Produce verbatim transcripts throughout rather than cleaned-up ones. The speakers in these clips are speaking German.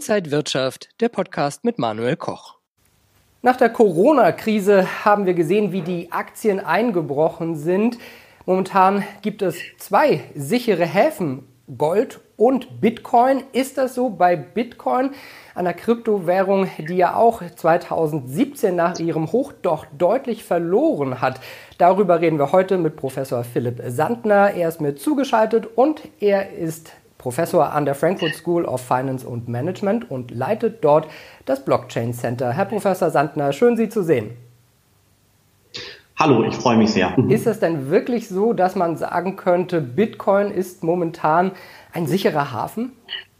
Inside Wirtschaft, der Podcast mit Manuel Koch. Nach der Corona-Krise haben wir gesehen, wie die Aktien eingebrochen sind. Momentan gibt es zwei sichere Häfen, Gold und Bitcoin. Ist das so bei Bitcoin, einer Kryptowährung, die ja auch zweitausendsiebzehn nach ihrem Hoch doch deutlich verloren hat? Darüber reden wir heute mit Professor Philipp Sandner. Er ist mir zugeschaltet und er ist Professor an der Frankfurt School of Finance and Management und leitet dort das Blockchain Center. Herr Professor Sandner, schön Sie zu sehen. Hallo, ich freue mich sehr. Ist es denn wirklich so, dass man sagen könnte, Bitcoin ist momentan ein sicherer Hafen?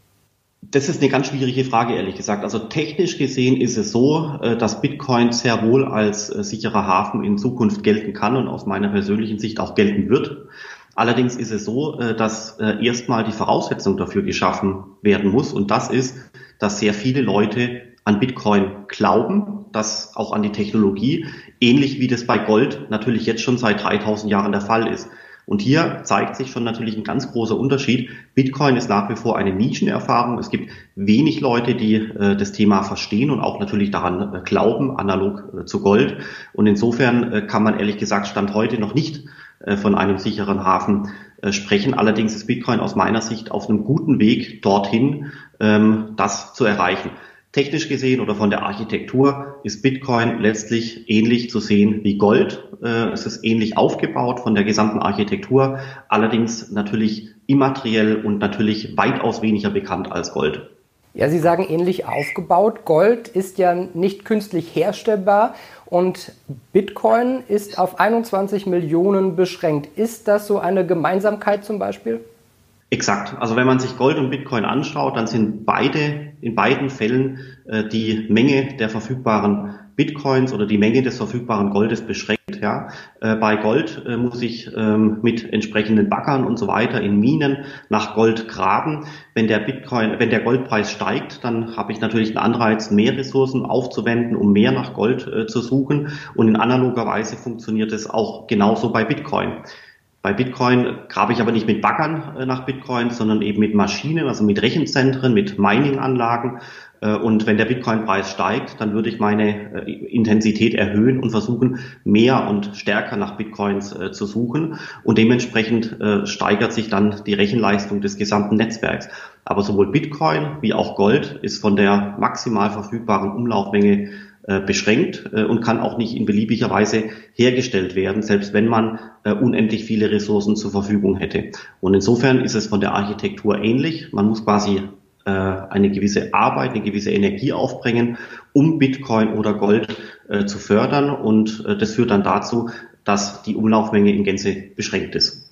Das ist eine ganz schwierige Frage, ehrlich gesagt. Also technisch gesehen ist es so, dass Bitcoin sehr wohl als sicherer Hafen in Zukunft gelten kann und aus meiner persönlichen Sicht auch gelten wird. Allerdings ist es so, dass erstmal die Voraussetzung dafür geschaffen werden muss. Und das ist, dass sehr viele Leute an Bitcoin glauben, dass auch an die Technologie, ähnlich wie das bei Gold natürlich jetzt schon seit dreitausend Jahren der Fall ist. Und hier zeigt sich schon natürlich ein ganz großer Unterschied. Bitcoin ist nach wie vor eine Nischenerfahrung. Es gibt wenig Leute, die äh, das Thema verstehen und auch natürlich daran äh, glauben, analog äh, zu Gold. Und insofern äh, kann man ehrlich gesagt Stand heute noch nicht äh, von einem sicheren Hafen äh, sprechen. Allerdings ist Bitcoin aus meiner Sicht auf einem guten Weg dorthin, ähm, das zu erreichen. Technisch gesehen oder von der Architektur ist Bitcoin letztlich ähnlich zu sehen wie Gold. Es ist ähnlich aufgebaut von der gesamten Architektur, allerdings natürlich immateriell und natürlich weitaus weniger bekannt als Gold. Ja, Sie sagen ähnlich aufgebaut. Gold ist ja nicht künstlich herstellbar und Bitcoin ist auf einundzwanzig Millionen beschränkt. Ist das so eine Gemeinsamkeit zum Beispiel? Exakt. Also wenn man sich Gold und Bitcoin anschaut, dann sind beide, in beiden Fällen äh, die Menge der verfügbaren Bitcoins oder die Menge des verfügbaren Goldes beschränkt. Ja, äh, bei Gold äh, muss ich ähm, mit entsprechenden Baggern und so weiter in Minen nach Gold graben. Wenn der Bitcoin, wenn der Goldpreis steigt, dann habe ich natürlich einen Anreiz, mehr Ressourcen aufzuwenden, um mehr nach Gold äh, zu suchen. Und in analoger Weise funktioniert es auch genauso bei Bitcoin. Bei Bitcoin grabe ich aber nicht mit Baggern äh, nach Bitcoin, sondern eben mit Maschinen, also mit Rechenzentren, mit Mining-Anlagen. Äh, und wenn der Bitcoin-Preis steigt, dann würde ich meine äh, Intensität erhöhen und versuchen, mehr und stärker nach Bitcoins äh, zu suchen. Und dementsprechend äh, steigert sich dann die Rechenleistung des gesamten Netzwerks. Aber sowohl Bitcoin wie auch Gold ist von der maximal verfügbaren Umlaufmenge beschränkt und kann auch nicht in beliebiger Weise hergestellt werden, selbst wenn man äh, unendlich viele Ressourcen zur Verfügung hätte. Und insofern ist es von der Architektur ähnlich. Man muss quasi äh, eine gewisse Arbeit, eine gewisse Energie aufbringen, um Bitcoin oder Gold äh, zu fördern. Und äh, das führt dann dazu, dass die Umlaufmenge in Gänze beschränkt ist.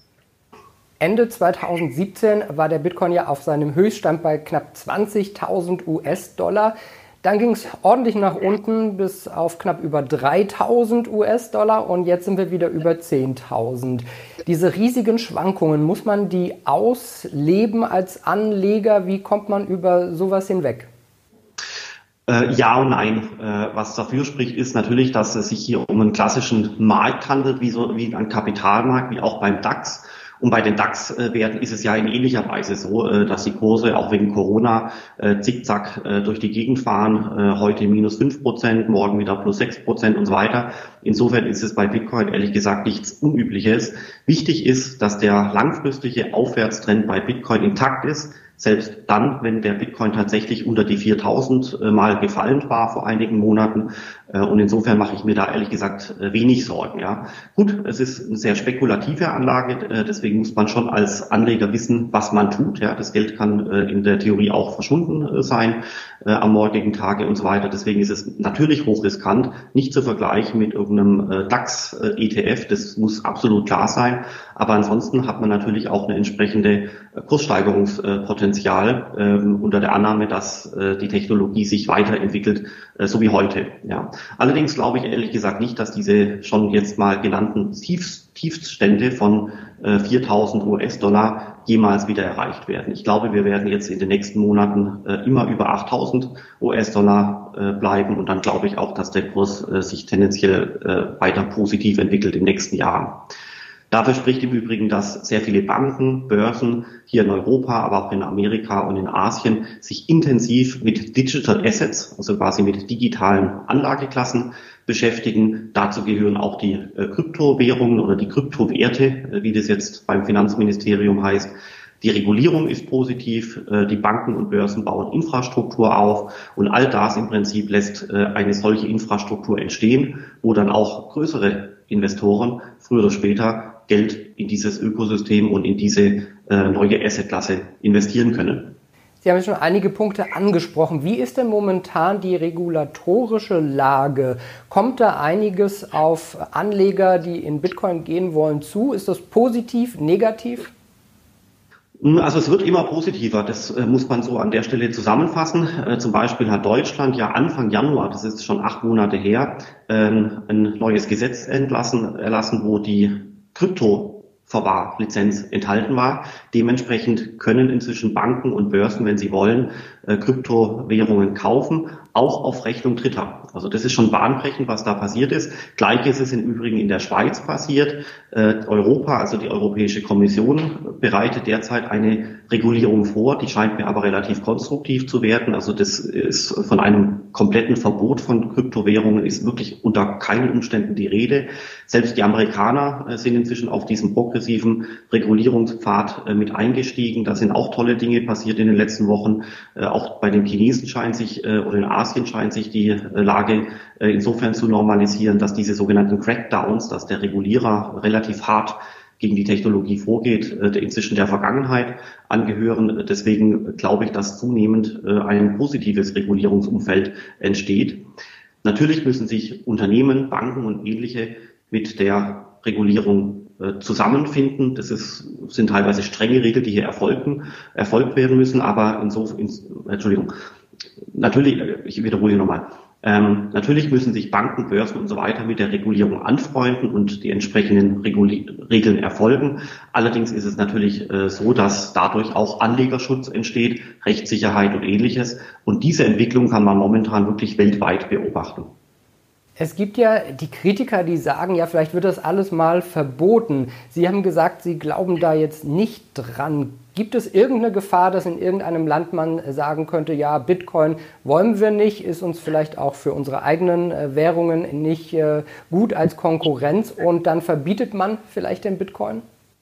Ende zweitausendsiebzehn war der Bitcoin ja auf seinem Höchststand bei knapp zwanzigtausend US-Dollar. Dann ging es ordentlich nach unten bis auf knapp über dreitausend US-Dollar und jetzt sind wir wieder über zehntausend. Diese riesigen Schwankungen, muss man die ausleben als Anleger? Wie kommt man über sowas hinweg? Äh, ja und nein. Äh, was dafür spricht, ist natürlich, dass es sich hier um einen klassischen Markt handelt, wie so wie ein Kapitalmarkt, wie auch beim DAX. Und bei den DAX-Werten ist es ja in ähnlicher Weise so, dass die Kurse auch wegen Corona zickzack durch die Gegend fahren. Heute minus fünf Prozent, morgen wieder plus sechs Prozent und so weiter. Insofern ist es bei Bitcoin ehrlich gesagt nichts Unübliches. Wichtig ist, dass der langfristige Aufwärtstrend bei Bitcoin intakt ist. Selbst dann, wenn der Bitcoin tatsächlich unter die viertausend mal gefallen war vor einigen Monaten. Und insofern mache ich mir da ehrlich gesagt wenig Sorgen. Ja, gut, es ist eine sehr spekulative Anlage. Deswegen muss man schon als Anleger wissen, was man tut. Ja, das Geld kann in der Theorie auch verschwunden sein am morgigen Tage und so weiter. Deswegen ist es natürlich hochriskant, nicht zu vergleichen mit irgendeinem DAX-E T F. Das muss absolut klar sein. Aber ansonsten hat man natürlich auch eine entsprechende Kurssteigerungspotenzial ähm, unter der Annahme, dass äh, die Technologie sich weiterentwickelt, äh, so wie heute. Ja. Allerdings glaube ich ehrlich gesagt nicht, dass diese schon jetzt mal genannten Tiefs, Tiefststände von äh, viertausend US-Dollar jemals wieder erreicht werden. Ich glaube, wir werden jetzt in den nächsten Monaten äh, immer über achttausend US-Dollar äh, bleiben und dann glaube ich auch, dass der Kurs äh, sich tendenziell äh, weiter positiv entwickelt im nächsten Jahr. Dafür spricht im Übrigen, dass sehr viele Banken, Börsen hier in Europa, aber auch in Amerika und in Asien sich intensiv mit Digital Assets, also quasi mit digitalen Anlageklassen beschäftigen. Dazu gehören auch die äh, Kryptowährungen oder die Kryptowerte, äh, wie das jetzt beim Finanzministerium heißt. Die Regulierung ist positiv, äh, die Banken und Börsen bauen Infrastruktur auf und all das im Prinzip lässt äh, eine solche Infrastruktur entstehen, wo dann auch größere Investoren früher oder später Geld in dieses Ökosystem und in diese äh, neue Assetklasse investieren können. Sie haben schon einige Punkte angesprochen. Wie ist denn momentan die regulatorische Lage? Kommt da einiges auf Anleger, die in Bitcoin gehen wollen, zu? Ist das positiv, negativ? Also es wird immer positiver, das äh, muss man so an der Stelle zusammenfassen. Äh, zum Beispiel hat Deutschland ja Anfang Januar, das ist schon acht Monate her, ähm, ein neues Gesetz entlassen, erlassen, wo die Krypto-Verwahrlizenz enthalten war. Dementsprechend können inzwischen Banken und Börsen, wenn sie wollen, äh, Kryptowährungen kaufen, auch auf Rechnung Dritter. Also das ist schon bahnbrechend, was da passiert ist. Gleiches ist im Übrigen in der Schweiz passiert. Äh, Europa, also die Europäische Kommission, bereitet derzeit eine Regulierung vor. Die scheint mir aber relativ konstruktiv zu werden. Also das ist von einem kompletten Verbot von Kryptowährungen ist wirklich unter keinen Umständen die Rede. Selbst die Amerikaner äh, sind inzwischen auf diesem progressiven Regulierungspfad äh, mit eingestiegen. Da sind auch tolle Dinge passiert in den letzten Wochen. Äh, auch bei den Chinesen scheint sich äh, oder in Asien scheint sich die äh, Lage äh, insofern zu normalisieren, dass diese sogenannten Crackdowns, dass der Regulierer relativ hart gegen die Technologie vorgeht, äh, inzwischen der Vergangenheit angehören. Deswegen glaube ich, dass zunehmend äh, ein positives Regulierungsumfeld entsteht. Natürlich müssen sich Unternehmen, Banken und ähnliche mit der Regulierung äh, zusammenfinden. Das ist, sind teilweise strenge Regeln, die hier erfolgen, erfolgt werden müssen, aber insofern, ins, Entschuldigung, natürlich, ich wiederhole nochmal, ähm, natürlich müssen sich Banken, Börsen und so weiter mit der Regulierung anfreunden und die entsprechenden Reguli- Regeln erfolgen. Allerdings ist es natürlich äh, so, dass dadurch auch Anlegerschutz entsteht, Rechtssicherheit und ähnliches. Und diese Entwicklung kann man momentan wirklich weltweit beobachten. Es gibt ja die Kritiker, die sagen, ja, vielleicht wird das alles mal verboten. Sie haben gesagt, Sie glauben da jetzt nicht dran. Gibt es irgendeine Gefahr, dass in irgendeinem Land man sagen könnte, ja, Bitcoin wollen wir nicht, ist uns vielleicht auch für unsere eigenen äh, Währungen nicht äh, gut als Konkurrenz und dann verbietet man vielleicht den Bitcoin?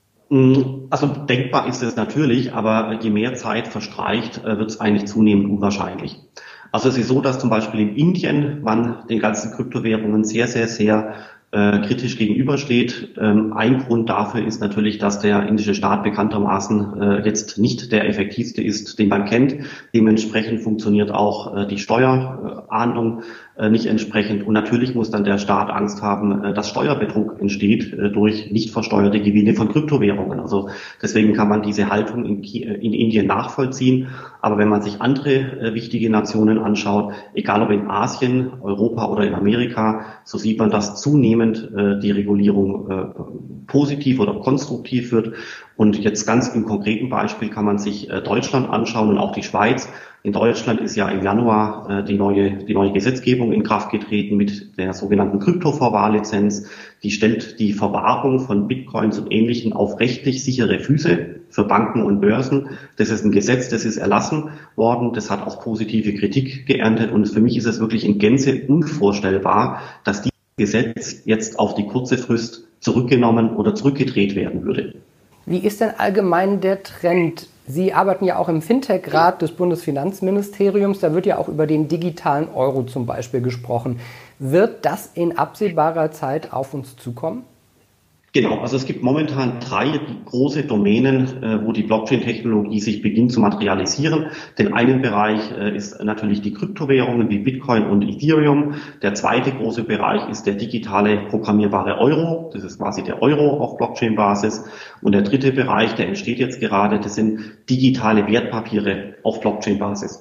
Also denkbar ist es natürlich, aber je mehr Zeit verstreicht, äh, wird es eigentlich zunehmend unwahrscheinlich. Also es ist so, dass zum Beispiel in Indien man den ganzen Kryptowährungen sehr, sehr, sehr äh, kritisch gegenübersteht. Ähm, ein Grund dafür ist natürlich, dass der indische Staat bekanntermaßen äh, jetzt nicht der effektivste ist, den man kennt. Dementsprechend funktioniert auch äh, die Steuerahndung äh, nicht entsprechend. Und natürlich muss dann der Staat Angst haben, äh, dass Steuerbetrug entsteht äh, durch nicht versteuerte Gewinne von Kryptowährungen. Also deswegen kann man diese Haltung in, in Indien nachvollziehen. Aber wenn man sich andere äh, wichtige Nationen anschaut, egal ob in Asien, Europa oder in Amerika, so sieht man, dass zunehmend äh, die Regulierung äh, positiv oder konstruktiv wird. Und jetzt ganz im konkreten Beispiel kann man sich äh, Deutschland anschauen und auch die Schweiz. In Deutschland ist ja im Januar äh, die neue die neue Gesetzgebung in Kraft getreten mit der sogenannten Kryptoverwahrlizenz. Die stellt die Verwahrung von Bitcoins und Ähnlichem auf rechtlich sichere Füße für Banken und Börsen. Das ist ein Gesetz, das ist erlassen worden. Das hat auch positive Kritik geerntet. Und für mich ist es wirklich in Gänze unvorstellbar, dass dieses Gesetz jetzt auf die kurze Frist zurückgenommen oder zurückgedreht werden würde. Wie ist denn allgemein der Trend? Sie arbeiten ja auch im Fintech-Rat des Bundesfinanzministeriums. Da wird ja auch über den digitalen Euro zum Beispiel gesprochen. Wird das in absehbarer Zeit auf uns zukommen? Genau, also es gibt momentan drei große Domänen, äh, wo die Blockchain-Technologie sich beginnt zu materialisieren. Den einen Bereich äh, ist natürlich die Kryptowährungen wie Bitcoin und Ethereum. Der zweite große Bereich ist der digitale programmierbare Euro. Das ist quasi der Euro auf Blockchain-Basis. Und der dritte Bereich, der entsteht jetzt gerade, das sind digitale Wertpapiere auf Blockchain-Basis.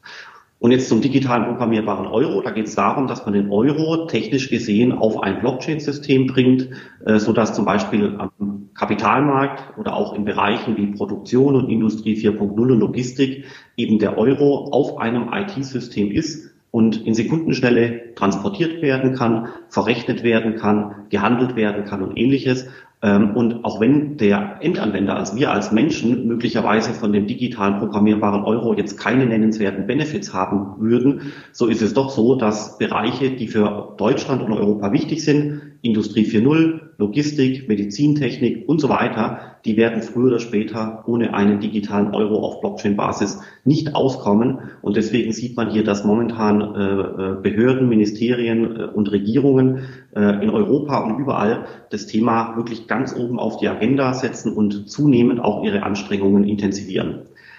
Und jetzt zum digitalen programmierbaren Euro. Da geht es darum, dass man den Euro technisch gesehen auf ein Blockchain-System bringt, äh, sodass zum Beispiel am Kapitalmarkt oder auch in Bereichen wie Produktion und Industrie vier Punkt null und Logistik eben der Euro auf einem I T-System ist und in Sekundenschnelle transportiert werden kann, verrechnet werden kann, gehandelt werden kann und ähnliches. Und auch wenn der Endanwender, also wir als Menschen, möglicherweise von dem digitalen programmierbaren Euro jetzt keine nennenswerten Benefits haben würden, so ist es doch so, dass Bereiche, die für Deutschland und Europa wichtig sind, Industrie vier Punkt null, Logistik, Medizintechnik und so weiter, die werden früher oder später ohne einen digitalen Euro auf Blockchain-Basis nicht auskommen. Und deswegen sieht man hier, dass momentan äh, Behörden, Ministerien äh, und Regierungen äh, in Europa und überall das Thema wirklich ganz oben auf die Agenda setzen und zunehmend auch ihre Anstrengungen intensivieren.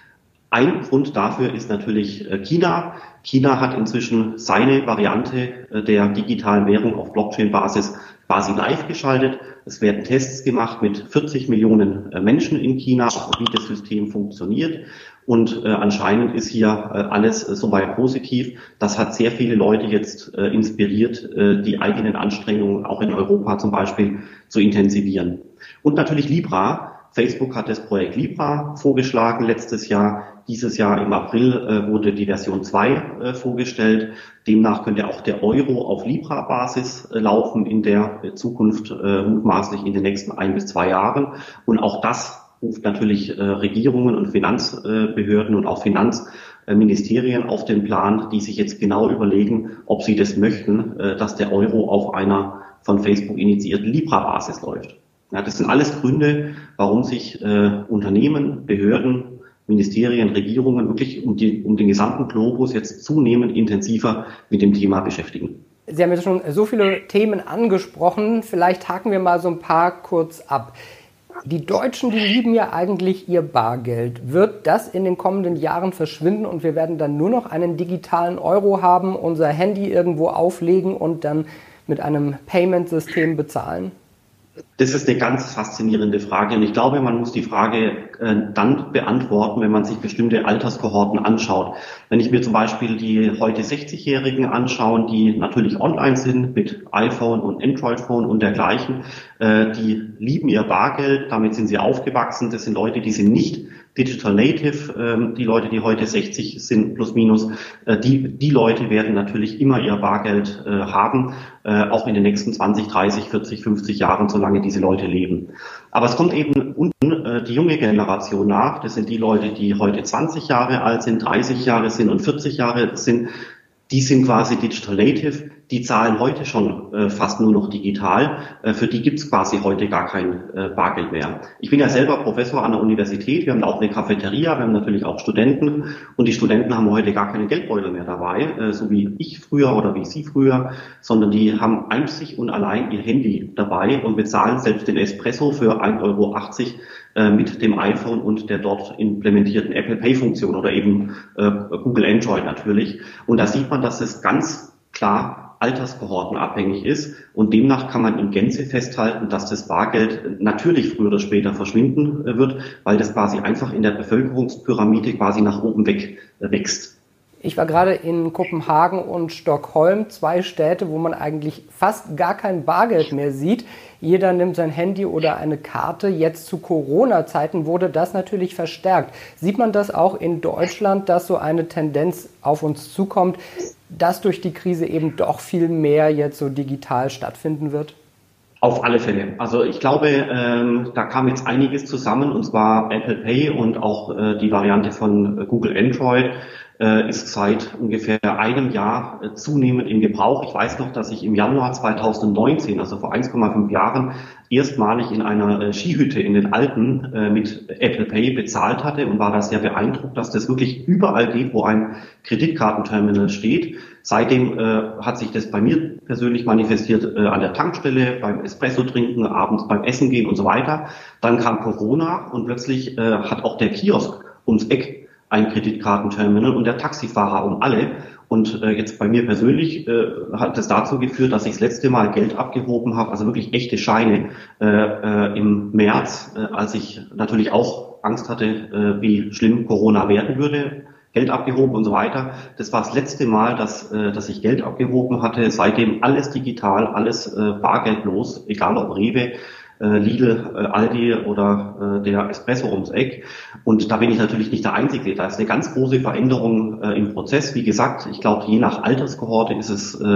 Ein Grund dafür ist natürlich China. China hat inzwischen seine Variante der digitalen Währung auf Blockchain-Basis quasi live geschaltet. Es werden Tests gemacht mit vierzig Millionen Menschen in China, wie das System funktioniert. Und äh, anscheinend ist hier äh, alles äh, soweit positiv. Das hat sehr viele Leute jetzt äh, inspiriert, äh, die eigenen Anstrengungen auch in Europa zum Beispiel zu intensivieren. Und natürlich Libra. Facebook hat das Projekt Libra vorgeschlagen letztes Jahr. Dieses Jahr im April äh, wurde die Version zwei äh, vorgestellt. Demnach könnte auch der Euro auf Libra-Basis äh, laufen in der äh, Zukunft, äh, mutmaßlich in den nächsten ein bis zwei Jahren. Und auch das ruft natürlich äh, Regierungen und Finanzbehörden äh, und auch Finanzministerien auf den Plan, die sich jetzt genau überlegen, ob sie das möchten, äh, dass der Euro auf einer von Facebook initiierten Libra-Basis läuft. Ja, das sind alles Gründe, warum sich äh, Unternehmen, Behörden, Ministerien, Regierungen wirklich um, die, um den gesamten Globus jetzt zunehmend intensiver mit dem Thema beschäftigen. Sie haben jetzt schon so viele Themen angesprochen. Vielleicht haken wir mal so ein paar kurz ab. Die Deutschen, die lieben ja eigentlich ihr Bargeld. Wird das in den kommenden Jahren verschwinden und wir werden dann nur noch einen digitalen Euro haben, unser Handy irgendwo auflegen und dann mit einem Payment-System bezahlen? Das ist eine ganz faszinierende Frage und ich glaube, man muss die Frage äh, dann beantworten, wenn man sich bestimmte Alterskohorten anschaut. Wenn ich mir zum Beispiel die heute sechzigjährigen anschaue, die natürlich online sind mit iPhone und Android-Phone und dergleichen, äh, die lieben ihr Bargeld, damit sind sie aufgewachsen. Das sind Leute, die sind nicht Digital Native, ähm, die Leute, die heute sechzig sind, plus minus, äh, die, die Leute werden natürlich immer ihr Bargeld äh, haben, äh, auch in den nächsten zwanzig, dreißig, vierzig, fünfzig Jahren, solange diese Leute leben. Aber es kommt eben unten äh, die junge Generation nach. Das sind die Leute, die heute zwanzig Jahre alt sind, dreißig Jahre sind und vierzig Jahre sind. Die sind quasi Digital Native, die zahlen heute schon äh, fast nur noch digital. Äh, für die gibt's quasi heute gar kein äh, Bargeld mehr. Ich bin ja selber Professor an der Universität, wir haben auch eine Cafeteria, wir haben natürlich auch Studenten und die Studenten haben heute gar keine Geldbeutel mehr dabei, äh, so wie ich früher oder wie Sie früher, sondern die haben einzig und allein ihr Handy dabei und bezahlen selbst den Espresso für ein Euro achtzig mit dem iPhone und der dort implementierten Apple Pay-Funktion oder eben äh, Google Android natürlich. Und da sieht man, dass es ganz klar alterskohortenabhängig ist und demnach kann man in Gänze festhalten, dass das Bargeld natürlich früher oder später verschwinden äh, wird, weil das quasi einfach in der Bevölkerungspyramide quasi nach oben weg äh, wächst. Ich war gerade in Kopenhagen und Stockholm, zwei Städte, wo man eigentlich fast gar kein Bargeld mehr sieht. Jeder nimmt sein Handy oder eine Karte. Jetzt zu Corona-Zeiten wurde das natürlich verstärkt. Sieht man das auch in Deutschland, dass so eine Tendenz auf uns zukommt, dass durch die Krise eben doch viel mehr jetzt so digital stattfinden wird? Auf alle Fälle. Also ich glaube, ähm, da kam jetzt einiges zusammen, und zwar Apple Pay und auch äh, die Variante von Google Android äh, ist seit ungefähr einem Jahr äh, zunehmend in Gebrauch. Ich weiß noch, dass ich im Januar zweitausendneunzehn, also vor eins Komma fünf Jahren, erstmalig in einer äh, Skihütte in den Alpen äh, mit Apple Pay bezahlt hatte und war da sehr beeindruckt, dass das wirklich überall geht, wo ein Kreditkartenterminal steht. Seitdem äh, hat sich das bei mir persönlich manifestiert äh, an der Tankstelle, beim Espresso trinken, abends beim Essen gehen und so weiter. Dann kam Corona und plötzlich äh, hat auch der Kiosk ums Eck ein Kreditkartenterminal und der Taxifahrer um alle. Und äh, jetzt bei mir persönlich äh, hat das dazu geführt, dass ich das letzte Mal Geld abgehoben habe, also wirklich echte Scheine äh, äh, im März, äh, als ich natürlich auch Angst hatte, äh, wie schlimm Corona werden würde. Geld abgehoben und so weiter. Das war das letzte Mal, dass, äh, dass ich Geld abgehoben hatte. Seitdem alles digital, alles äh, bargeldlos, egal ob Rewe, äh, Lidl, äh, Aldi oder äh, der Espresso ums Eck. Und da bin ich natürlich nicht der Einzige. Da ist eine ganz große Veränderung äh, im Prozess. Wie gesagt, ich glaube, je nach Alterskohorte ist es äh,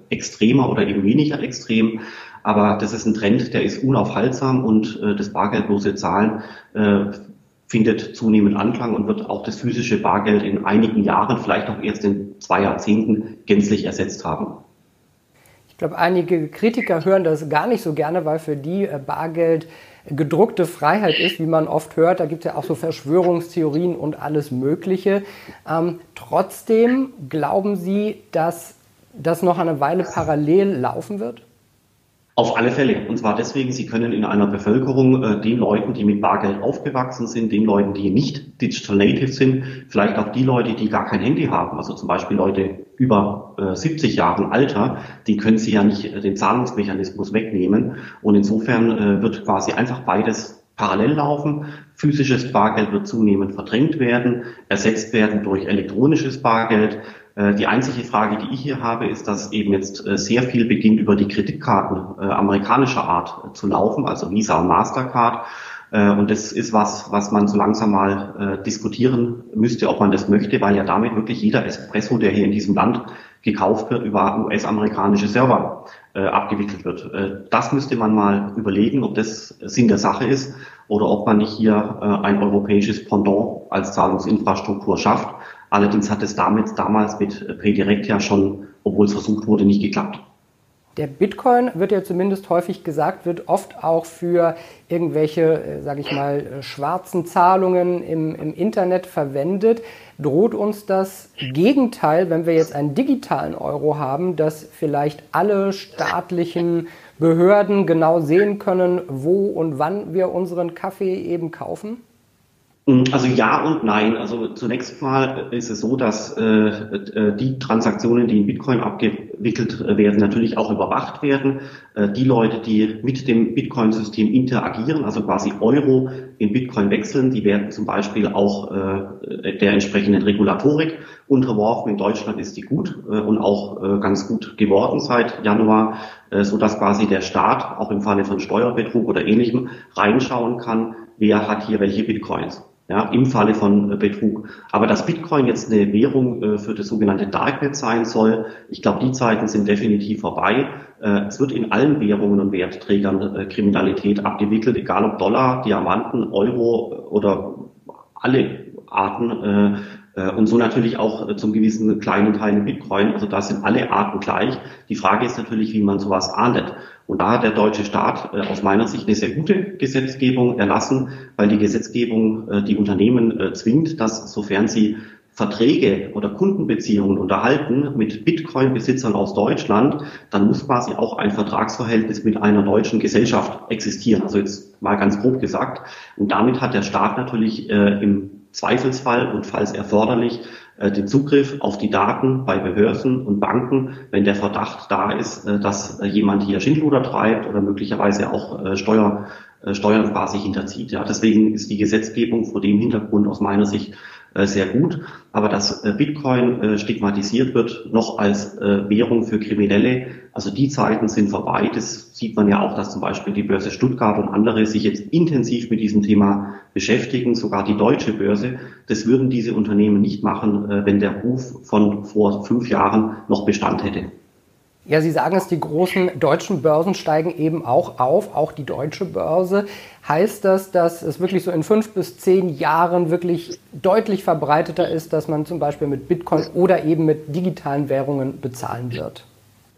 extremer oder eben weniger extrem. Aber das ist ein Trend, der ist unaufhaltsam und äh, das bargeldlose Zahlen äh, findet zunehmend Anklang und wird auch das physische Bargeld in einigen Jahren, vielleicht auch erst in zwei Jahrzehnten, gänzlich ersetzt haben. Ich glaube, einige Kritiker hören das gar nicht so gerne, weil für die Bargeld gedruckte Freiheit ist, wie man oft hört. Da gibt es ja auch so Verschwörungstheorien und alles Mögliche. Ähm, trotzdem glauben Sie, dass das noch eine Weile parallel laufen wird? Auf alle Fälle. Und zwar deswegen, Sie können in einer Bevölkerung äh, den Leuten, die mit Bargeld aufgewachsen sind, den Leuten, die nicht Digital Native sind, vielleicht auch die Leute, die gar kein Handy haben, also zum Beispiel Leute über äh, siebzig Jahren Alter, die können Sie ja nicht äh, den Zahlungsmechanismus wegnehmen. Und insofern äh, wird quasi einfach beides parallel laufen. Physisches Bargeld wird zunehmend verdrängt werden, ersetzt werden durch elektronisches Bargeld. Die einzige Frage, die ich hier habe, ist, dass eben jetzt sehr viel beginnt, über die Kreditkarten äh, amerikanischer Art äh, zu laufen, also Visa und Mastercard. Äh, und das ist was, was man so langsam mal äh, diskutieren müsste, ob man das möchte, weil ja damit wirklich jeder Espresso, der hier in diesem Land gekauft wird, über U S-amerikanische Server äh, abgewickelt wird. Äh, das müsste man mal überlegen, ob das Sinn der Sache ist oder ob man nicht hier äh, ein europäisches Pendant als Zahlungsinfrastruktur schafft. Allerdings hat es damit damals mit PayDirect ja schon, obwohl es versucht wurde, nicht geklappt. Der Bitcoin, wird ja zumindest häufig gesagt, wird oft auch für irgendwelche, sage ich mal, schwarzen Zahlungen im, im Internet verwendet. Droht uns das Gegenteil, wenn wir jetzt einen digitalen Euro haben, dass vielleicht alle staatlichen Behörden genau sehen können, wo und wann wir unseren Kaffee eben kaufen? Also ja und nein. Also zunächst mal ist es so, dass äh, die Transaktionen, die in Bitcoin abgewickelt werden, natürlich auch überwacht werden. Äh, die Leute, die mit dem Bitcoin-System interagieren, also quasi Euro in Bitcoin wechseln, die werden zum Beispiel auch äh, der entsprechenden Regulatorik unterworfen. In Deutschland ist die gut äh, und auch äh, ganz gut geworden seit Januar, äh, so dass quasi der Staat auch im Falle von Steuerbetrug oder Ähnlichem reinschauen kann, wer hat hier welche Bitcoins. Ja, im Falle von äh, Betrug. Aber dass Bitcoin jetzt eine Währung äh, für das sogenannte Darknet sein soll, ich glaube, die Zeiten sind definitiv vorbei. Äh, es wird in allen Währungen und Wertträgern äh, Kriminalität abgewickelt, egal ob Dollar, Diamanten, Euro oder alle Arten. Äh, Und so natürlich auch zum gewissen kleinen Teil in Bitcoin. Also da sind alle Arten gleich. Die Frage ist natürlich, wie man sowas ahndet. Und da hat der deutsche Staat äh, aus meiner Sicht eine sehr gute Gesetzgebung erlassen, weil die Gesetzgebung äh, die Unternehmen äh, zwingt, dass sofern sie Verträge oder Kundenbeziehungen unterhalten mit Bitcoin-Besitzern aus Deutschland, dann muss quasi auch ein Vertragsverhältnis mit einer deutschen Gesellschaft existieren. Also jetzt mal ganz grob gesagt. Und damit hat der Staat natürlich äh, im Zweifelsfall und falls erforderlich äh, den Zugriff auf die Daten bei Behörden und Banken, wenn der Verdacht da ist, äh, dass äh, jemand hier Schindluder treibt oder möglicherweise auch äh, Steuer, äh, Steuern quasi hinterzieht. Ja, deswegen ist die Gesetzgebung vor dem Hintergrund aus meiner Sicht äh, sehr gut. Aber dass äh, Bitcoin äh, stigmatisiert wird, noch als äh, Währung für Kriminelle, also die Zeiten sind vorbei. Das sieht man ja auch, dass zum Beispiel die Börse Stuttgart und andere sich jetzt intensiv mit diesem Thema beschäftigen, sogar die deutsche Börse. Das würden diese Unternehmen nicht machen, äh, wenn der Ruf von vor fünf Jahren noch Bestand hätte. Ja, Sie sagen es, die großen deutschen Börsen steigen eben auch auf, auch die deutsche Börse. Heißt das, dass es wirklich so in fünf bis zehn Jahren wirklich deutlich verbreiteter ist, dass man zum Beispiel mit Bitcoin oder eben mit digitalen Währungen bezahlen wird?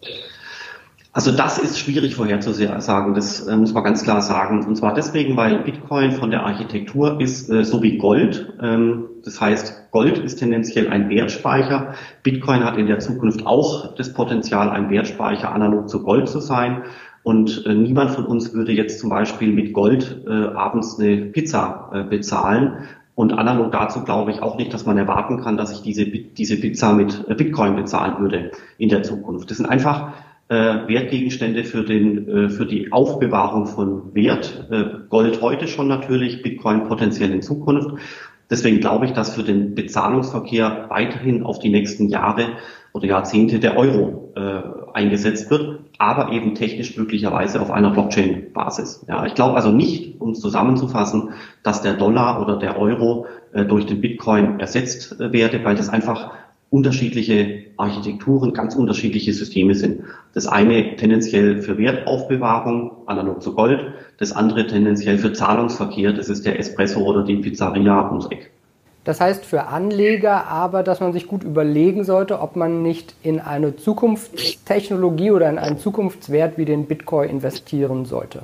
Also das ist schwierig vorherzusagen, das äh, muss man ganz klar sagen. Und zwar deswegen, weil Bitcoin von der Architektur ist äh, so wie Gold. Ähm, das heißt, Gold ist tendenziell ein Wertspeicher. Bitcoin hat in der Zukunft auch das Potenzial, ein Wertspeicher analog zu Gold zu sein. Und äh, niemand von uns würde jetzt zum Beispiel mit Gold äh, abends eine Pizza äh, bezahlen. Und analog dazu glaube ich auch nicht, dass man erwarten kann, dass ich diese, diese Pizza mit Bitcoin bezahlen würde in der Zukunft. Das sind einfach Äh, Wertgegenstände für den äh, für die Aufbewahrung von Wert. Äh, Gold heute schon natürlich, Bitcoin potenziell in Zukunft. Deswegen glaube ich, dass für den Bezahlungsverkehr weiterhin auf die nächsten Jahre oder Jahrzehnte der Euro äh, eingesetzt wird, aber eben technisch möglicherweise auf einer Blockchain-Basis. Ja, ich glaube also nicht, um es zusammenzufassen, dass der Dollar oder der Euro äh, durch den Bitcoin ersetzt äh, werde, weil das einfach unterschiedliche Architekturen, ganz unterschiedliche Systeme sind. Das eine tendenziell für Wertaufbewahrung, analog zu Gold, das andere tendenziell für Zahlungsverkehr, das ist der Espresso oder die Pizzeria ums Eck. Das heißt für Anleger aber, dass man sich gut überlegen sollte, ob man nicht in eine Zukunftstechnologie oder in einen Zukunftswert wie den Bitcoin investieren sollte.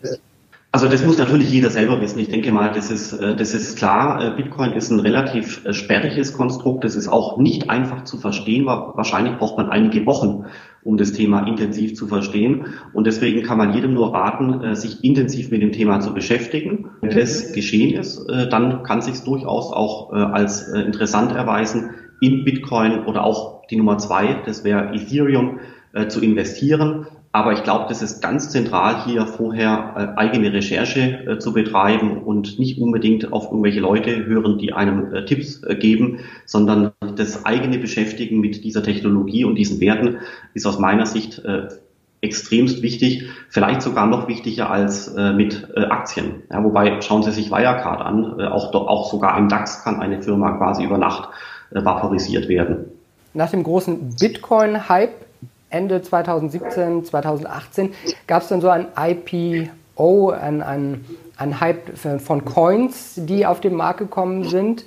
Also das muss natürlich jeder selber wissen. Ich denke mal, das ist, das ist klar. Bitcoin ist ein relativ sperriges Konstrukt. Das ist auch nicht einfach zu verstehen. Wahrscheinlich braucht man einige Wochen, um das Thema intensiv zu verstehen. Und deswegen kann man jedem nur raten, sich intensiv mit dem Thema zu beschäftigen. Wenn das geschehen ist, dann kann es sich durchaus auch als interessant erweisen, in Bitcoin oder auch die Nummer zwei, das wäre Ethereum, zu investieren. Aber ich glaube, das ist ganz zentral, hier vorher äh, eigene Recherche äh, zu betreiben und nicht unbedingt auf irgendwelche Leute hören, die einem äh, Tipps äh, geben, sondern das eigene Beschäftigen mit dieser Technologie und diesen Werten ist aus meiner Sicht äh, extremst wichtig, vielleicht sogar noch wichtiger als äh, mit äh, Aktien. Ja, wobei, schauen Sie sich Wirecard an, äh, auch, auch sogar im DAX kann eine Firma quasi über Nacht äh, vaporisiert werden. Nach dem großen Bitcoin-Hype Ende zweitausendsiebzehn, zweitausendachtzehn gab es dann so ein I P O, ein, ein, ein Hype von Coins, die auf den Markt gekommen sind.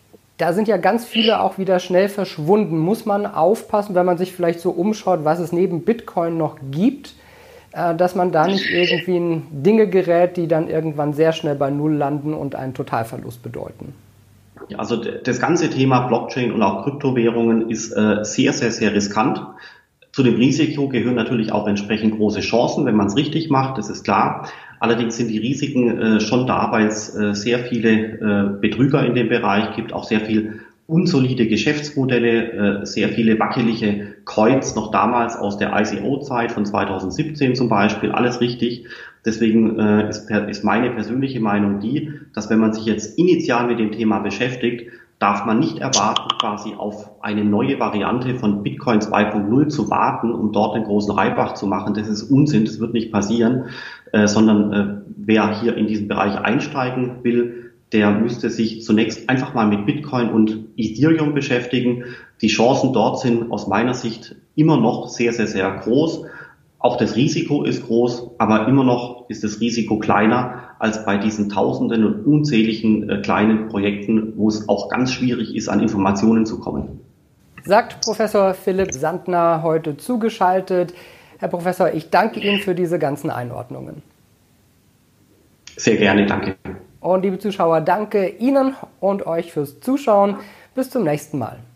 Da sind ja ganz viele auch wieder schnell verschwunden. Muss man aufpassen, wenn man sich vielleicht so umschaut, was es neben Bitcoin noch gibt, dass man da nicht irgendwie in Dinge gerät, die dann irgendwann sehr schnell bei Null landen und einen Totalverlust bedeuten? Also das ganze Thema Blockchain und auch Kryptowährungen ist äh, sehr, sehr, sehr riskant. Zu dem Risiko gehören natürlich auch entsprechend große Chancen, wenn man es richtig macht, das ist klar. Allerdings sind die Risiken äh, schon da, weil es äh, sehr viele äh, Betrüger in dem Bereich gibt, auch sehr viel unsolide Geschäftsmodelle, äh, sehr viele wackelige Coins, noch damals aus der I C O-Zeit von zweitausendsiebzehn zum Beispiel, alles richtig. Deswegen äh, ist, ist meine persönliche Meinung die, dass wenn man sich jetzt initial mit dem Thema beschäftigt, darf man nicht erwarten, quasi auf eine neue Variante von Bitcoin zwei Punkt null zu warten, um dort den großen Reibach zu machen. Das ist Unsinn, das wird nicht passieren, äh, sondern äh, wer hier in diesen Bereich einsteigen will, der müsste sich zunächst einfach mal mit Bitcoin und Ethereum beschäftigen. Die Chancen dort sind aus meiner Sicht immer noch sehr, sehr, sehr groß. Auch das Risiko ist groß, aber immer noch ist das Risiko kleiner als bei diesen tausenden und unzähligen äh, kleinen Projekten, wo es auch ganz schwierig ist, an Informationen zu kommen. Sagt Professor Philipp Sandner heute zugeschaltet. Herr Professor, ich danke Ihnen für diese ganzen Einordnungen. Sehr gerne, danke. Und liebe Zuschauer, danke Ihnen und euch fürs Zuschauen. Bis zum nächsten Mal.